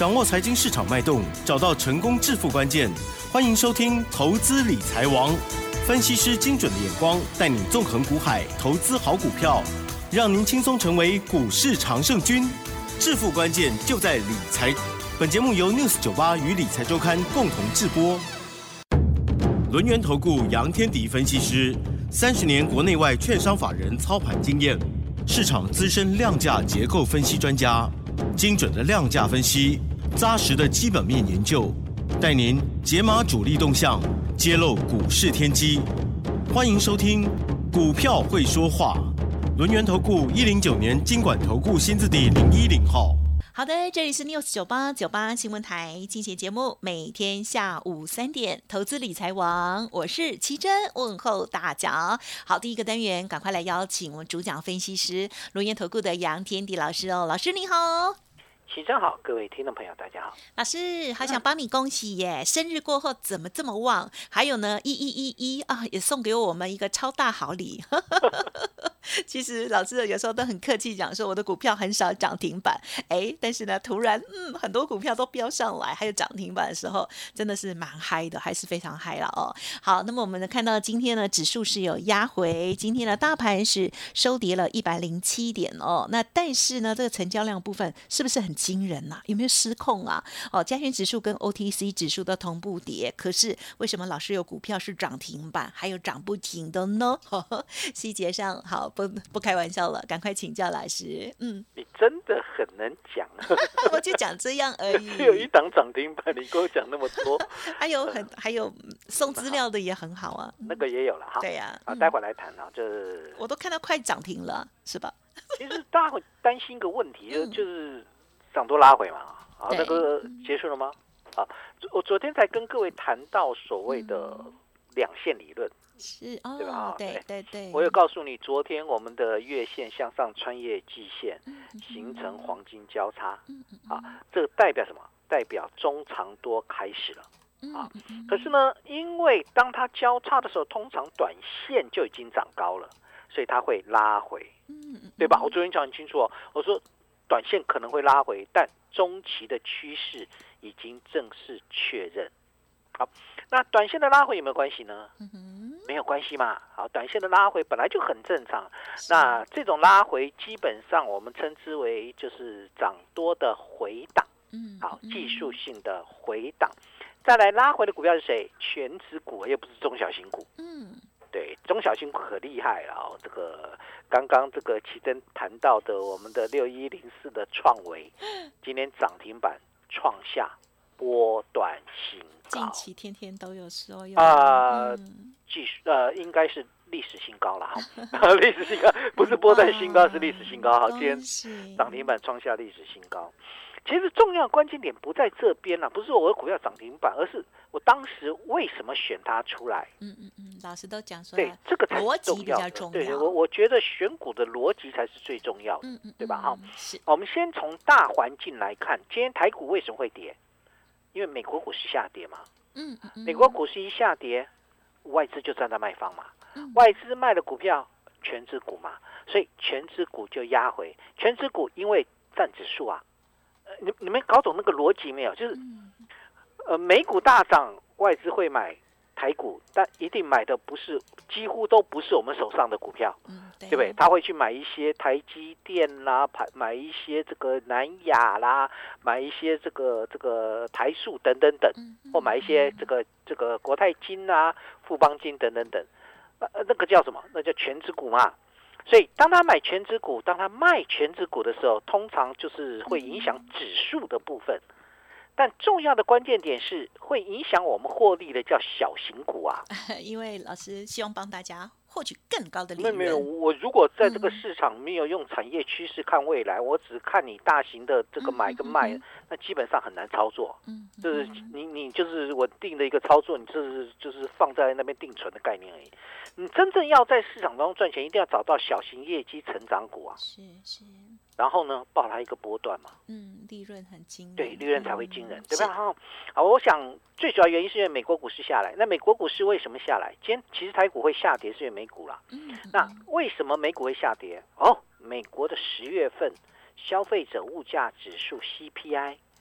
掌握财经市场脉动，找到成功致富关键。欢迎收听《投资理财王》，分析师精准的眼光，带你纵横股海，投资好股票，让您轻松成为股市常胜军。致富关键就在理财。本节目由 News98 与理财周刊共同制播。轮源投顾杨天迪分析师，30年国内外券商法人操盘经验，市场资深量价结构分析专家，精准的量价分析，扎实的基本面研究，带您解码主力动向，揭露股市天机。欢迎收听《股票会说话》，轮源投顾109年金管投顾新字第010号。 好的，这里是 News98 新闻台进行节目，每天下午3点，投资理财王，我是奇珍，问候大家。好，第一个单元，赶快来邀请我们主讲分析师轮源投顾的杨天迪老师哦，老师你好。 齐真好，各位听众朋友大家好。 老师好想帮你恭喜耶，生日过后怎么这么旺？还有呢，1111啊，也送给我们一个超大好礼。其实老师有时候都很客气讲说我的股票很少涨停板，但是呢突然很多股票都飙上来，还有涨停板的时候真的是蛮嗨的，还是非常嗨了哦。好，那么我们看到今天呢指数是有压回，今天的大盘是收跌了107点哦。那但是呢这个成交量部分是不是很惊人啊？有没有失控啊？哦，加权指数跟 OTC 指数都同步跌，可是为什么老师有股票是涨停板，还有涨不停的呢？细节上好不开玩笑了，赶快请教老师。 你真的很能讲， 我就讲这样而已。 只有一档涨停板，你跟我讲那么多， 还有送资料的也很好啊， 那个也有了哈。 对呀， 待会来谈啊，就是我都看到快涨停了，是吧？ 其实大家会担心一个问题，就是涨多拉回嘛。好，那个结束了吗？啊，我昨天才跟各位谈到所谓的两线理论。 是哦， 对吧？ 对， 我有告诉你，昨天我们的月线向上穿越季线，形成黄金交叉，这个代表什么？代表中长多开始了啊。可是呢，因为当它交叉的时候，通常短线就已经涨高了，所以它会拉回，对吧？我昨天讲很清楚哦，我说短线可能会拉回，但中期的趋势已经正式确认。好，那短线的拉回有没有关系呢？没有关系嘛。好，短线的拉回本来就很正常。那这种拉回基本上我们称之为就是涨多的回档。好，技术性的回档。再来拉回的股票是谁？全指股，又不是中小型股。对，中小型股可厉害了哦。这个刚刚这个奇珍谈到的我们的6104的创惟，今天涨停板创下波段新高， 近期天天都有说技术应该是历史新高了哈，历史新高不是波段新高，是历史新高。好，今天涨停板创下历史新高。其实重要关键点不在这边啦，不是我的股票涨停板，而是我当时为什么选它出来。 老师都讲说， 对，这个才是逻辑比较重要。 对，我觉得选股的逻辑才是最重要的，对吧？好，我们先从大环境来看，今天台股为什么会跌？因为美国股市下跌嘛。美国股市一下跌，外资就站在卖方嘛。外资卖的股票全指股嘛，所以全指股就压回。全指股因为占指数啊。你们搞懂那个逻辑没有？就是美股大涨，外资会买台股，但一定买的不是，几乎都不是我们手上的股票，对不对？他会去买一些台积电啦，买一些这个南亚啦，买一些这个台塑等等等，或买一些这个国泰金啊、富邦金等等等，那个叫什么？那叫全指股嘛。所以当他买全指股，当他卖全指股的时候，通常就是会影响指数的部分。但重要的关键点是会影响我们获利的叫小型股啊。 因为老师希望帮大家获取更高的利润。 没有，我如果在这个市场没有用产业趋势看未来，我只看你大型的这个买跟卖，那基本上很难操作。就是你就是稳定的一个操作，你就是放在那边定存的概念而已。你真正要在市场当中赚钱，一定要找到小型业绩成长股啊。 是。 然后呢，报它一个波段嘛。 利润很惊人。对， 利润才会惊人，对吧？好，我想最主要原因是因为美国股市下来。那美国股市为什么下来？今天其实台股会下跌，是因为美股啦。那为什么美股会下跌？美国的10月份消费者物价指数 CPI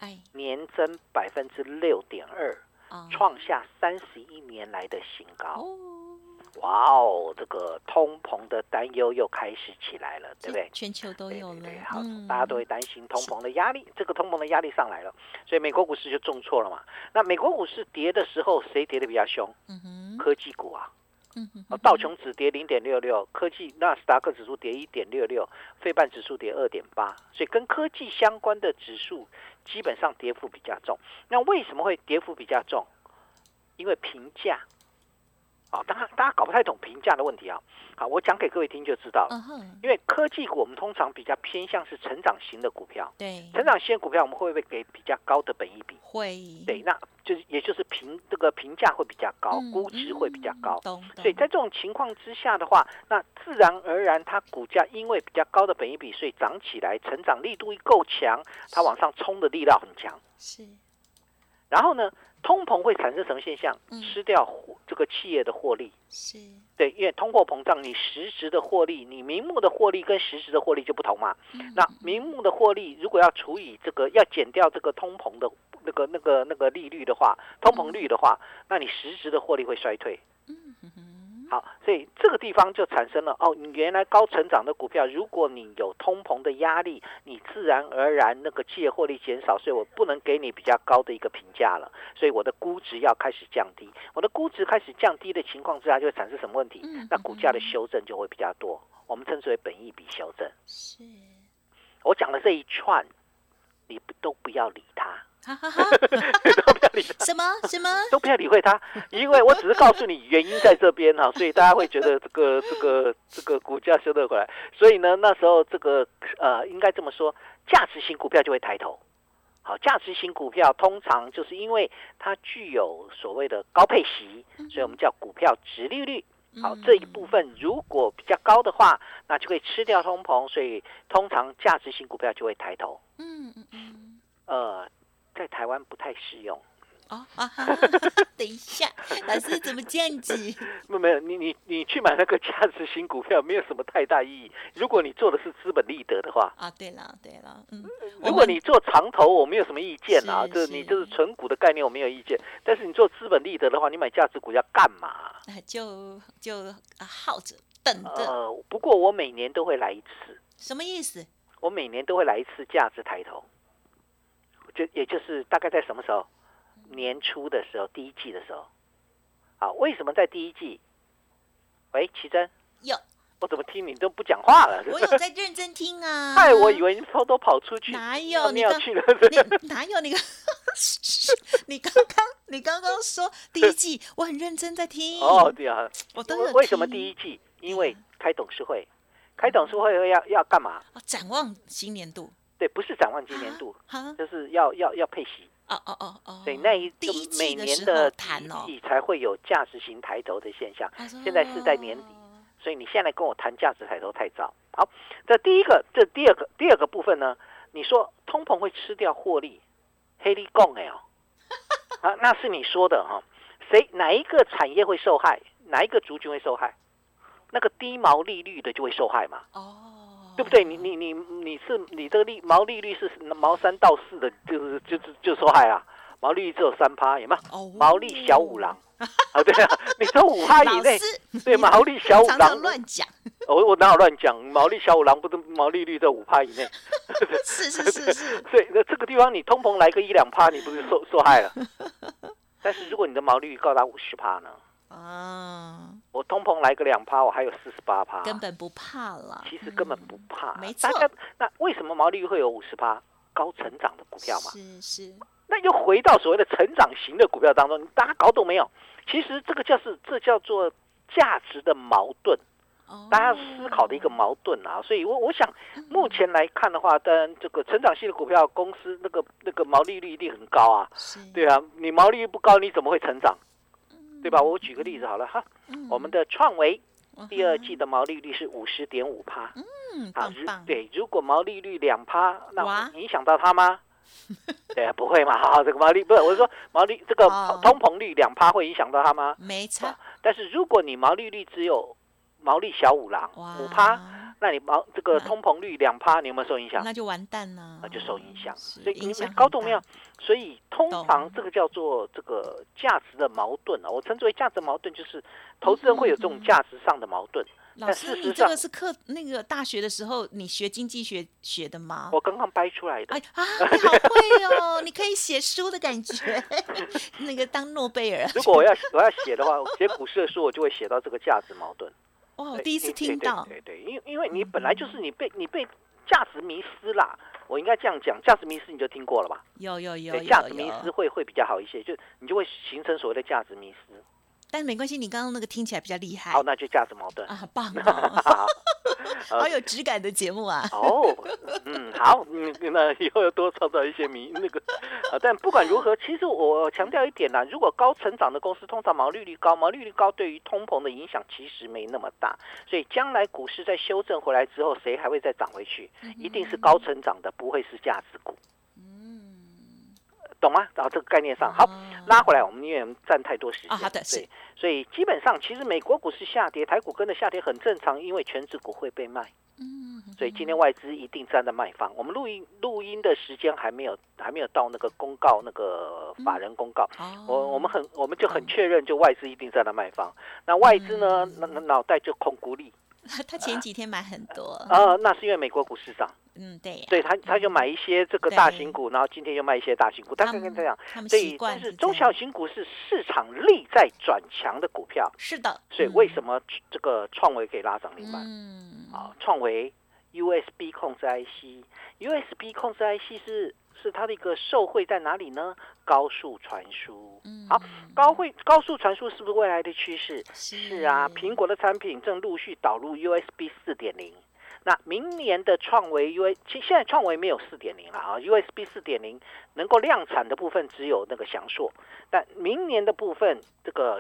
年增6.2%，创下31年来的新高。哇哦，这个通膨的担忧又开始起来了，对不对？ 全球都有了， 好，大家都会担心通膨的压力，这个通膨的压力上来了，所以美国股市就重挫了嘛。那美国股市跌的时候，谁跌的比较凶？科技股啊。道琼只跌0.66%，科技纳斯达克指数跌1.66%，费半指数跌2.8%，所以跟科技相关的指数基本上跌幅比较重。那为什么会跌幅比较重？因为评价。大家搞不太懂评价的问题啊。好，我讲给各位听就知道了。因为科技股我们通常比较偏向是成长型的股票。 对， 成长型的股票我们会不会给比较高的本益比？ 会。 对，那也就是这个评价会比较高，估值会比较高。所以在这种情况之下的话，那自然而然它股价因为比较高的本益比，所以涨起来，成长力度够强，它往上冲的力道很强。 是。 然后呢？通膨会产生什么现象？吃掉这个企业的获利。 是。 对，因为通货膨胀，你实质的获利，你名目的获利跟实质的获利就不同嘛。那名目的获利如果要除以这个，要减掉这个通膨的那个利率的话，通膨率的话，那你实质的获利会衰退。好，所以这个地方就产生了你原来高成长的股票，如果你有通膨的压力，你自然而然那个企业获利减少，所以我不能给你比较高的一个评价了，所以我的估值要开始降低。我的估值开始降低的情况之下，就会产生什么问题？那股价的修正就会比较多，我们称之为本益比修正。 是， 我讲的这一串，你都不要理它。 都不要理他，什么都不要理会他，因为我只是告诉你原因在这边哈，所以大家会觉得这个股价修得回来，所以呢，那时候这个应该这么说，价值型股票就会抬头。好，价值型股票通常就是因为它具有所谓的高配息，所以我们叫股票殖利率。好，这一部分如果比较高的话，那就会吃掉通膨，所以通常价值型股票就会抬头。在台湾不太适用。 等一下，老师怎么这样子？ 没有，你去买那个价值型股票没有什么太大意义。如果你做的是资本利得的话， 对了， 如果你做长投，我没有什么意见啊，你就是纯股的概念，我没有意见。但是你做资本利得的话，你买价值股要干嘛？ 就耗着等着。 不过我每年都会来一次。 什么意思？ 我每年都会来一次价值抬头。也就是大概在什么时候？年初的时候，第一季的时候。好，为什么在第一季？喂，奇珍， 有， 我怎么听你都不讲话了？ 我有在认真听啊。 害我以为你偷偷跑出去。 哪有？ 你要去了？ 哪有？你刚刚说第一季，我很认真在听。 对啊， 我都有听。 为什么第一季？因为开董事会，开董事会要干嘛？ 展望新年度。 对，不是展望今年度，就是要配息。所以那每年的第一季才会有价值型抬头的现象。现在是在年底，所以你现在跟我谈价值抬头太早。好，这第二个部分呢？你说通膨会吃掉获利，黑利讲的那是你说的哈。哪一个产业会受害？哪一个族群会受害？那个低毛利率的就会受害嘛。对不对？你这个毛利率是毛3到4的，就受害啊！毛利率只有3%，有没有？毛利小五郎对啊，你说5%以内，对，毛利小五郎。 常常乱讲。 我哪有乱讲？毛利小五郎不是毛利率在5%以内。 是。 所以这个地方你通膨来个1-2%，你不是受害了？但是如果你的毛利率高达50%呢？我通膨来个2%，我还有48%， 根本不怕了。 其实根本不怕， 没错。 那为什么毛利率会有50%？高成长的股票嘛。 是。 那又回到所谓的成长型的股票当中，大家搞懂没有？其实这叫做价值的矛盾，大家思考的一个矛盾啊。所以我想目前来看的话，当然这个成长性的股票公司那个毛利率一定很高啊。对啊，你毛利率不高，你怎么会成长？对吧？我举个例子好了哈，我们的创维第二季的毛利率是50.5%。 棒。 对，如果毛利率2%，那影响到它吗？对啊，不会嘛。好，这个毛利不是，我是说毛利这个通膨率2%会影响到它吗？ 没错。 但是如果你毛利率只有毛利小五郎5%， 那你这个通膨率2%，你有没有受影响？ 那就完蛋了， 那就受影响。所以你们搞懂没有？所以通常这个叫做这个价值的矛盾啊，我称之为价值矛盾，就是投资人会有这种价值上的矛盾。 老师，你这个是那个大学的时候你学经济学学的吗？ 我刚刚掰出来的。 你好会哦，你可以写书的感觉，那个当诺贝尔。 如果我要写的话，写股市的书，我就会写到这个价值矛盾。 哇，我第一次听到。 对，因为你本来就是你被价值迷失啦。我应该这样讲，价值迷失你就听过了吧？ 有。 价值迷失会比较好一些，就你就会形成所谓的价值迷失。 但没关系，你刚刚那个听起来比较厉害。 好，那就价值矛盾啊，棒哦！好有质感的节目啊！ 哦，好，那以后要多创造一些但不管如何，其实我强调一点啦，如果高成长的公司通常毛利率高对于通膨的影响其实没那么大，所以将来股市在修正回来之后，谁还会再涨回去？一定是高成长的，不会是价值股。懂吗？然后这个概念上，好，拉回来，我们因为占太多时间， 好的，是， 所以基本上其实美国股市下跌，台股跟着下跌很正常，因为全指股会被卖，所以今天外资一定站在卖方。我们录音的时间还没有到那个公告，那个法人公告，我们就很确认，就外资一定站在卖方。那外资呢，脑袋就空孤立。 他前几天买很多， 那是因为美国股市涨。 对， 所以他就买一些这个大型股，然后今天又卖一些大型股，大概跟这样。所以但是中小型股是市场力在转强的股票。 是的。 所以为什么这个创维可以拉涨停板？创维 USB 控制 IC 控制 IC 是它的一个受惠在哪里呢？高速传输。好，高速传输是不是未来的趋势？是啊，苹果的产品正陆续导入 USB 4.0。那明年的创维现在创维没有 4.0 了啊 ，USB 4.0 能够量产的部分只有那个翔硕，但明年的部分这个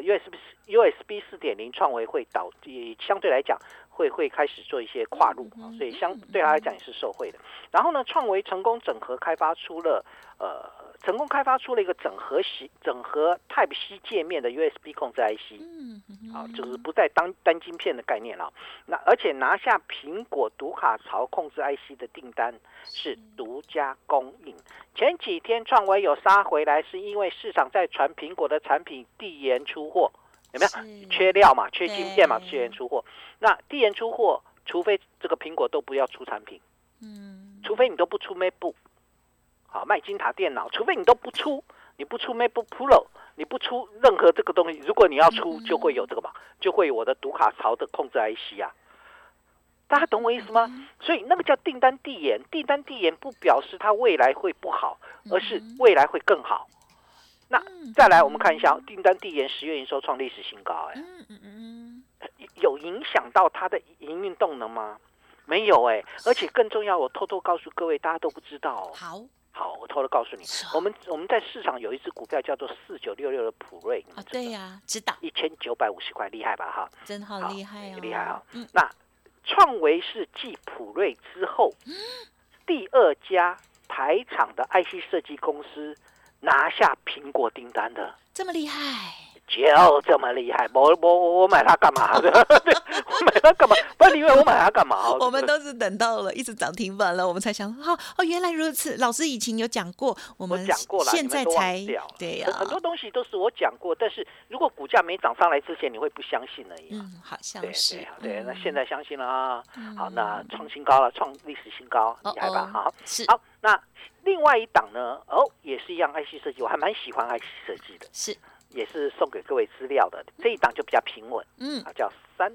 USB 4.0 创维会相对来讲会开始做一些跨入，所以对他来讲也是受惠的。然后呢，创维成功开发出了一个整合 Type C 界面的 USB 控制 IC， 就是不再单晶片的概念了。那而且拿下苹果读卡槽控制 IC 的订单是独家供应。前几天创维有杀回来，是因为市场在传苹果的产品递延出货，有没有？缺料嘛，缺晶片嘛，递延出货。那递延出货，除非这个苹果都不要出产品，除非你都不出 MacBook。好，卖金塔电脑，除非你都不出，你不出 MacBook Pro， 你不出任何这个东西，如果你要出，就会有这个嘛，就会有我的读卡槽的控制 IC 啊。大家懂我意思吗？所以那个叫订单递延，订单递延不表示它未来会不好，而是未来会更好。那再来我们看一下订单递延，10月营收创历史新高，有影响到它的营运动能吗？没有而且更重要，我偷偷告诉各位，大家都不知道。好，我偷偷告诉你，我们在市场有一只股票叫做4966的普瑞， 对呀，知道 1950块，厉害吧？哈， 真好厉害哦， 厉害啊！那创维是继普瑞之后第2家台厂的 IC 设计公司拿下苹果订单的， 这么厉害。 就这么厉害，我买它干嘛？我买它干嘛？不然你以为我买它干嘛？ 我们都是等到了一直涨停板了，我们才想原来如此。老师以前有讲过，我讲过了，现在才对呀。 很多东西都是我讲过，但是如果股价没涨上来之前，你会不相信而已。 好像是。 对，那现在相信了啊。好，那创新高了，创历史新高，厉害吧？好，好，那另外一档呢？也是一样 IC 设计，我还蛮喜欢 IC 设计的。是。也是送给各位资料的，这一档就比较平稳，叫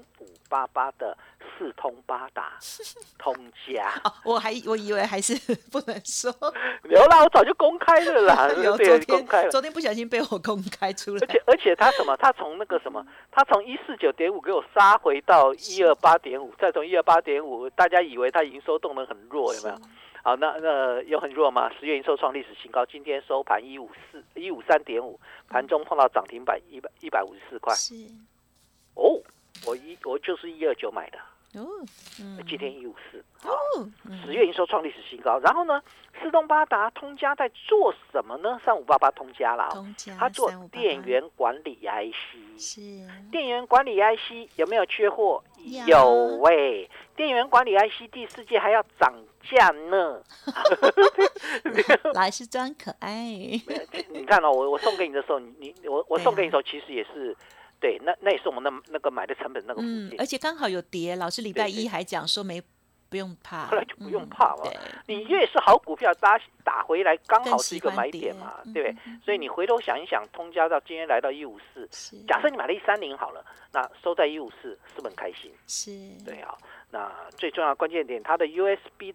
3588的4通8达通家。 我以为还是不能说， 有啦，我早就公开了啦， 昨天不小心被我公开出来， 而且他从那个什么，他从149.5给我杀回到128.5，再从128.5，大家以为他营收动能很弱，有没有？好，那有很弱吗？10月营收创历史新高，今天收盘153.5，盘中碰到涨停板154块。是，我就是129买的。 今天154，哦，10月营收创历史新高。然后呢，四通八达、通家在做什么呢？3588通家啦，它做电源管理 IC， 是电源管理 IC 有没有缺货？有欸，电源管理 IC 第4季还要涨价呢。 老师装可爱。 你看哦，我送给你的时候，我送给你的时候，其实也是。对，那也是我们那个买的成本那个附近， 而且刚好有跌，老师礼拜1还讲说不用怕， 后来就不用怕嘛。你越是好股票打回来，刚好是一个买点嘛，对不对？所以你回头想一想，通家到今天来到154，假设你买了130好了，那收在154，是不是很开心？是，对啊。那最重要的关键点，它的 USB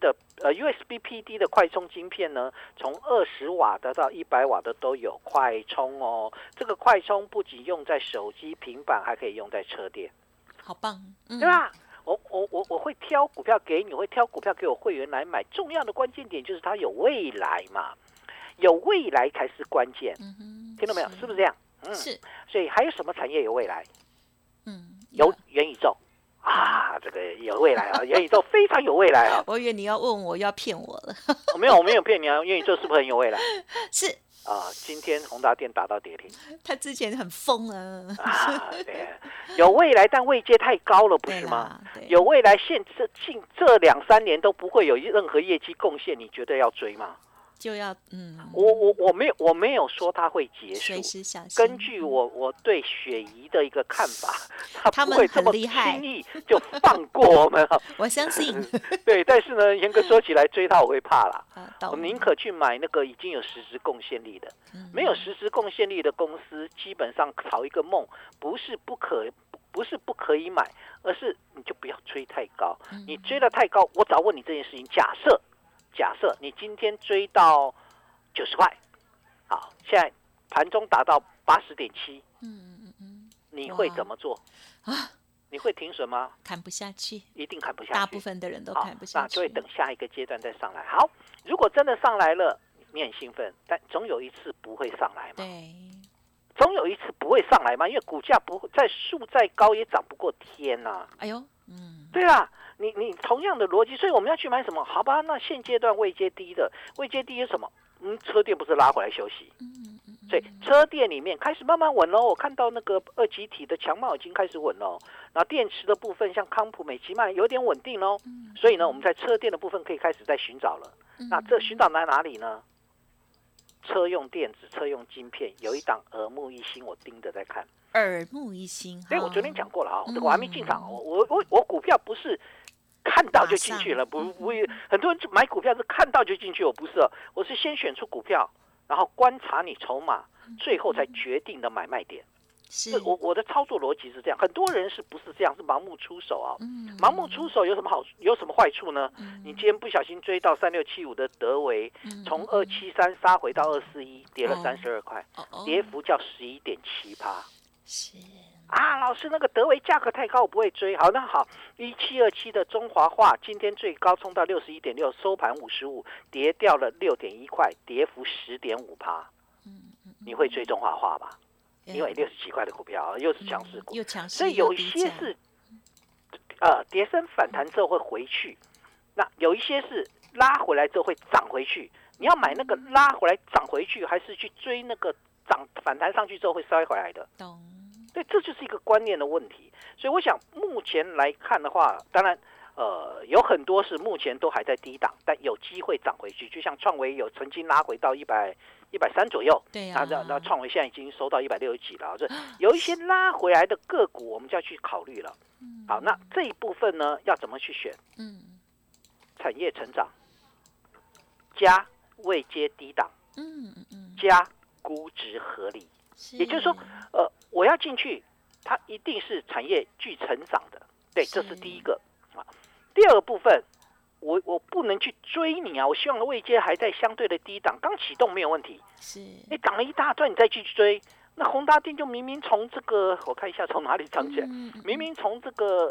PD 的快充晶片呢，从20瓦的到100瓦的都有快充哦。这个快充不仅用在手机、平板，还可以用在车电， 好棒， 对吧？我会挑股票给你，我会挑股票给我会员来买。重要的关键点就是它有未来嘛，有未来才是关键。听到没有？是不是这样？是。所以还有什么产业有未来？有元宇宙。这个有未来啊，元宇宙非常有未来啊！ 我以为你要问我，要骗我了。 我没有骗你啊，元宇宙是不是很有未来？ 是今天宏达电打到跌停， 他之前很疯对，有未来，但位阶太高了，不是吗？有未来，近这2-3年都不会有任何业绩贡献，你觉得要追吗？ 就要我没有说它会结束，根据我对雪姨的一个看法，他不会这么轻易就放过我们。 我相信。 对，但是呢，严格说起来，追它我会怕啦。我宁可去买那个已经有实质贡献力的，没有实质贡献力的公司，基本上炒一个梦，不是不可以买，而是你就不要追太高。你追得太高，我早问你这件事情，假设你今天追到90块，好，现在盘中达到80.7，你会怎么做啊？你会停损吗？ 看不下去， 一定看不下去。 大部分的人都看不下去， 那就会等下一个阶段再上来。好，如果真的上来了，你很兴奋，但总有一次不会上来嘛。 对， 总有一次不会上来嘛，因为股价不再树再高也涨不过天呐。 哎呦， 对啦。你同样的逻辑，所以我们要去买什么？好吧，那现阶段位阶低的，位阶低是什么？车电不是拉回来休息，所以车电里面开始慢慢稳喽。我看到那个2极体的强茂已经开始稳喽，然后电池的部分像康普、美琪曼有点稳定喽。所以呢，我们在车电的部分可以开始在寻找了。那这寻找在哪里呢？车用电子、车用晶片有一档耳目一新，我盯着在看。 耳目一新， 对，我昨天讲过了啊，我还没进场，我股票不是看到就进去了，不，很多人买股票是看到就进去，我不是，我是先选出股票，然后观察你筹码，最后才决定的买卖点。是我的操作逻辑是这样，很多人是不是这样？是盲目出手啊！盲目出手有什么坏处呢？你今天不小心追到3675的德微，从273杀回到241，跌了32块，跌幅叫11.7%。是老师，那个德微价格太高，我不会追。好，那好，1727的中华化今天最高冲到61.6，收盘55，跌掉了6.1块，跌幅10.5%。你会追中华化吧？因为60几块的股票又是强势股，所以有一些是跌升反弹之后会回去，那有一些是拉回来之后会涨回去。你要买那个拉回来涨回去，还是去追那个反弹上去之后会摔回来的？懂。对，这就是一个观念的问题。所以我想目前来看的话，当然有很多是目前都还在低档，但有机会涨回去。就像创维有曾经拉回到130左右，对啊，那创维现在已经收到160几了。这有一些拉回来的个股，我们就要去考虑了。好，那这一部分呢，要怎么去选？产业成长加位阶低档，加估值合理。也就是说，我要进去，它一定是产业具成长的，对，这是第一个啊。第二个部分，我不能去追你啊，我希望位阶还在相对的低档，刚启动没有问题。是，你涨了一大段，你再去追，那宏达电就明明从这个，我看一下从哪里涨起来，明明从这个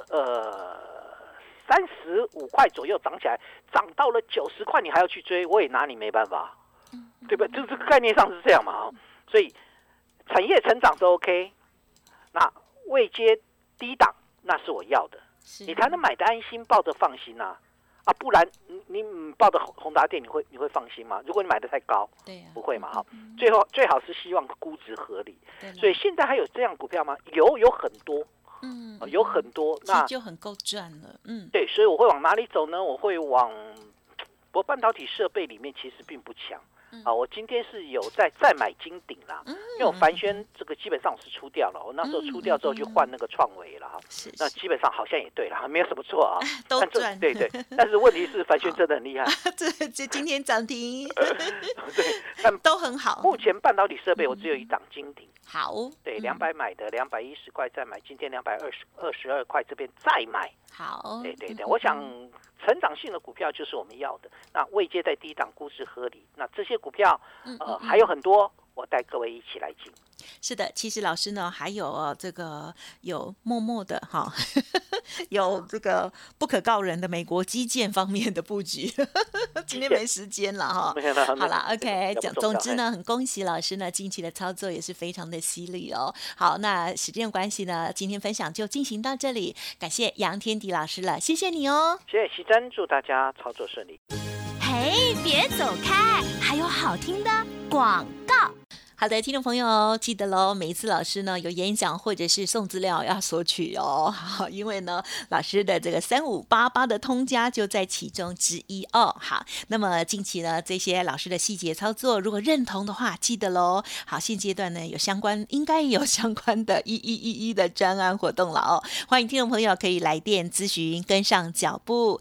35块左右涨起来，涨到了90块，你还要去追，我也拿你没办法，对吧？就这个概念上是这样嘛，所以。产业成长是 OK， 那位阶低档那是我要的， 你才能买的安心，抱着放心啊！不然你抱着宏达电，你会放心吗？如果你买的太高， 对不会嘛哈。最好是希望估值合理。所以现在还有这样股票吗？有很多，有很多，那就很够赚了。 对，所以我会往哪里走呢？我会往，不过半导体设备里面其实并不强。我今天是有再买金鼎啦，因为我凡轩这个基本上我是出掉了，我那时候出掉之后就换那个创维了哈，那基本上好像也对了，没有什么错啊， 都赚， 对，但是问题是凡轩真的很厉害， 这今天涨停， 对，但都很好。 目前半导体设备我只有一档金鼎， 好， 对，200买的210块再买，今天222块这边再买， 好， 对，我想成长性的股票就是我们要的，那位阶在低档，估值合理，那这些股票还有很多，我带各位一起来进。 是的，其实老师呢还有这个有默默的哈，有这个不可告人的美国基建方面的布局，今天没时间了哈。好了 ，OK， 总之呢，很恭喜老师呢近期的操作也是非常的犀利哦。好，那时间关系呢，今天分享就进行到这里，感谢杨天迪老师了，谢谢你哦。 谢谢习珍，祝大家操作顺利。 嘿，别走开，还有好听的广告。 好的，听众朋友记得咯，每一次老师呢有演讲或者是送资料要索取哦，好，因为呢老师的这个3588的通家就在其中之一哦。好，那么近期呢这些老师的细节操作，如果认同的话，记得咯。好，现阶段呢应该有相关的1111的专案活动了哦，欢迎听众朋友可以来电咨询，跟上脚步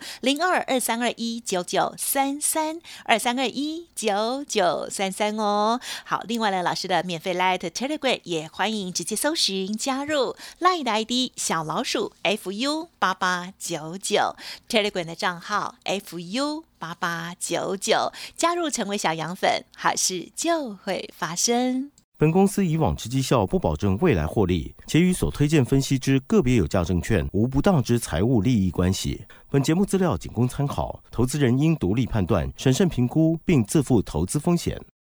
022321993323219933哦。好，另外呢老师的免费 Line Telegram 也欢迎直接搜寻加入 Line 的 ID 小老鼠 FU8899 Telegram 的账号 FU8899 加入成为小羊粉，好事就会发生。 本公司以往之绩效不保证未来获利，且与所推荐分析之个别有价证券无不当之财务利益关系。本节目资料仅供参考，投资人应独立判断、审慎评估，并自负投资风险。